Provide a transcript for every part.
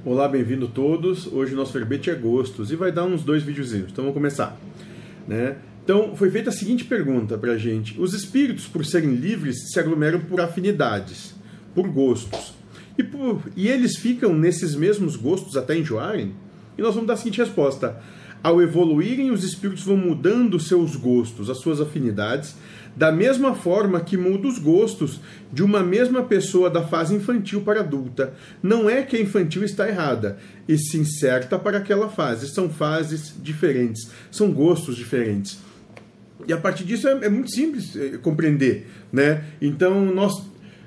Olá, bem-vindo todos. Hoje o nosso verbete é gostos e vai dar uns 2 videozinhos. Então vamos começar, né? Então foi feita a seguinte pergunta pra gente: os espíritos, por serem livres, se aglomeram por afinidades, por gostos. E eles ficam nesses mesmos gostos até enjoarem? E nós vamos dar a seguinte resposta: ao evoluírem, os espíritos vão mudando seus gostos, as suas afinidades, da mesma forma que muda os gostos de uma mesma pessoa da fase infantil para adulta. Não é que a infantil está errada, e se inserta para aquela fase. São fases diferentes, são gostos diferentes. E a partir disso é muito simples compreender, né? Então nós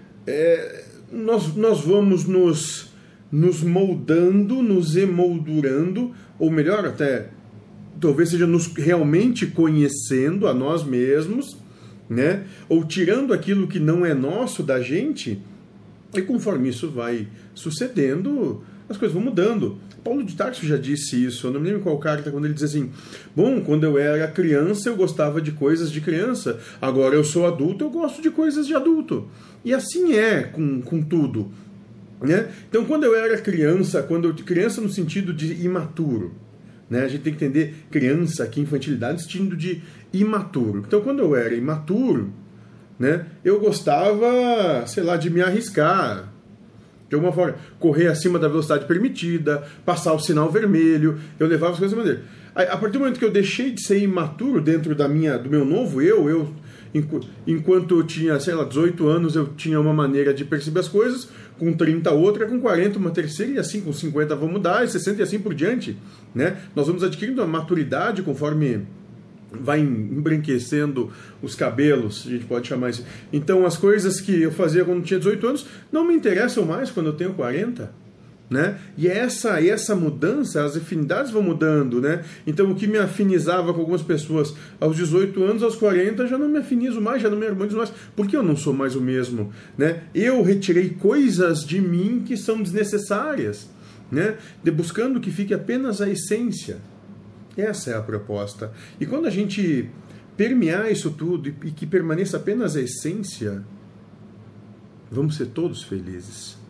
vamos nos moldando, nos emoldurando, ou melhor até, talvez seja nos realmente conhecendo a nós mesmos, né? Ou tirando aquilo que não é nosso da gente, e conforme isso vai sucedendo, as coisas vão mudando. Paulo de Tarso já disse isso, eu não me lembro qual carta, quando ele diz assim: bom, quando eu era criança eu gostava de coisas de criança, agora eu sou adulto, eu gosto de coisas de adulto. E assim é com tudo, né? Então quando eu era criança, criança no sentido de imaturo, né? A gente tem que entender criança aqui, infantilidade, no sentido de imaturo. Então quando eu era imaturo, né, eu gostava, sei lá, de me arriscar, de alguma forma, correr acima da velocidade permitida, passar o sinal vermelho, eu levava as coisas dessa maneira. A partir do momento que eu deixei de ser imaturo dentro do meu novo enquanto eu tinha, sei lá, 18 anos, eu tinha uma maneira de perceber as coisas, com 30 outra, com 40 uma terceira, e assim com 50 vamos mudar, e 60 e assim por diante, né? Nós vamos adquirindo a maturidade conforme vai embranquecendo os cabelos, a gente pode chamar isso. Então as coisas que eu fazia quando tinha 18 anos não me interessam mais quando eu tenho 40, né? E essa mudança, as afinidades vão mudando, né? Então o que me afinizava com algumas pessoas aos 18 anos, aos 40 já não me afinizo mais, já não me harmonizo mais, porque eu não sou mais o mesmo, né? Eu retirei coisas de mim que são desnecessárias, né? Buscando que fique apenas a essência. Essa é a proposta. E quando a gente permear isso tudo e que permaneça apenas a essência, vamos ser todos felizes.